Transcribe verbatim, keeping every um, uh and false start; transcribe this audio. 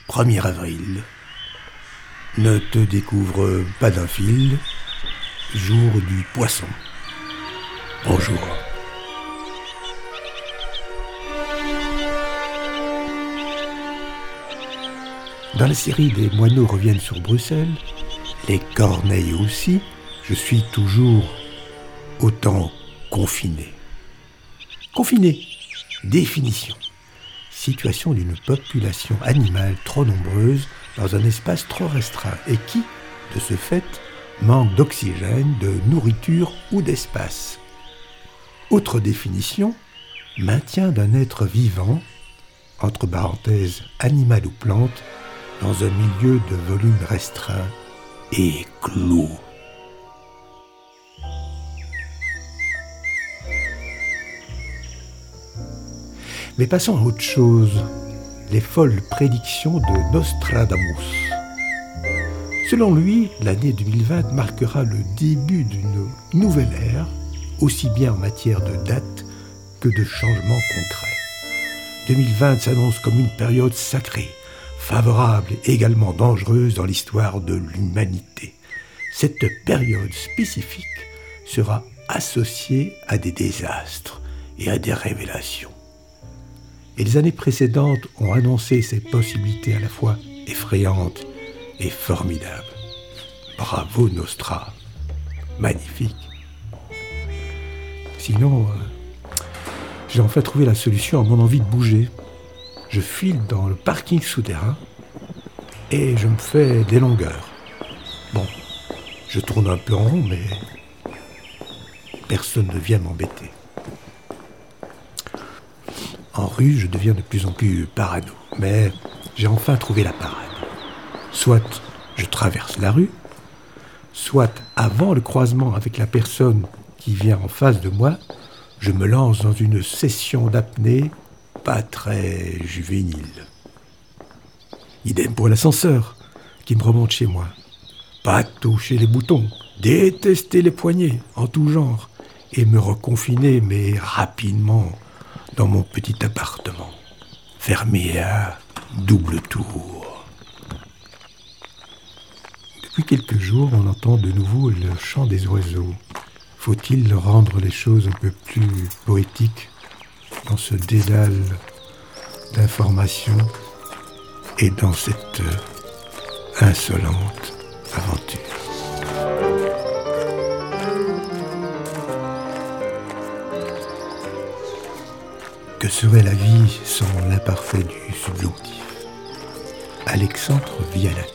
premier avril. Ne te découvre pas d'un fil, jour du poisson. Bonjour. Dans la série des moineaux reviennent sur Bruxelles, les corneilles aussi, je suis toujours autant confiné. Confiné, définition. Situation d'une population animale trop nombreuse dans un espace trop restreint et qui, de ce fait, manque d'oxygène, de nourriture ou d'espace. Autre définition, maintien d'un être vivant, entre parenthèses animal ou plante, dans un milieu de volume restreint et clos. Mais passons à autre chose, les folles prédictions de Nostradamus. Selon lui, l'année deux mille vingt marquera le début d'une nouvelle ère, aussi bien en matière de date que de changements concrets. deux mille vingt s'annonce comme une période sacrée, favorable et également dangereuse dans l'histoire de l'humanité. Cette période spécifique sera associée à des désastres et à des révélations. Et les années précédentes ont annoncé ces possibilités à la fois effrayantes et formidables. Bravo Nostra, magnifique. Sinon, euh, j'ai enfin trouvé la solution à mon envie de bouger. Je file dans le parking souterrain et je me fais des longueurs. Bon, je tourne un peu en rond, mais personne ne vient m'embêter. En rue, je deviens de plus en plus parano, mais j'ai enfin trouvé la parade. Soit je traverse la rue, soit avant le croisement avec la personne qui vient en face de moi, je me lance dans une session d'apnée pas très juvénile. Idem pour l'ascenseur qui me remonte chez moi. Pas toucher les boutons, détester les poignées en tout genre et me reconfiner, mais rapidement, dans mon petit appartement, fermé à double tour. Depuis quelques jours, on entend de nouveau le chant des oiseaux. Faut-il rendre les choses un peu plus poétiques dans ce dédale d'informations et dans cette insolente aventure? Que serait la vie sans l'imparfait du subjonctif? Alexandre Vialet.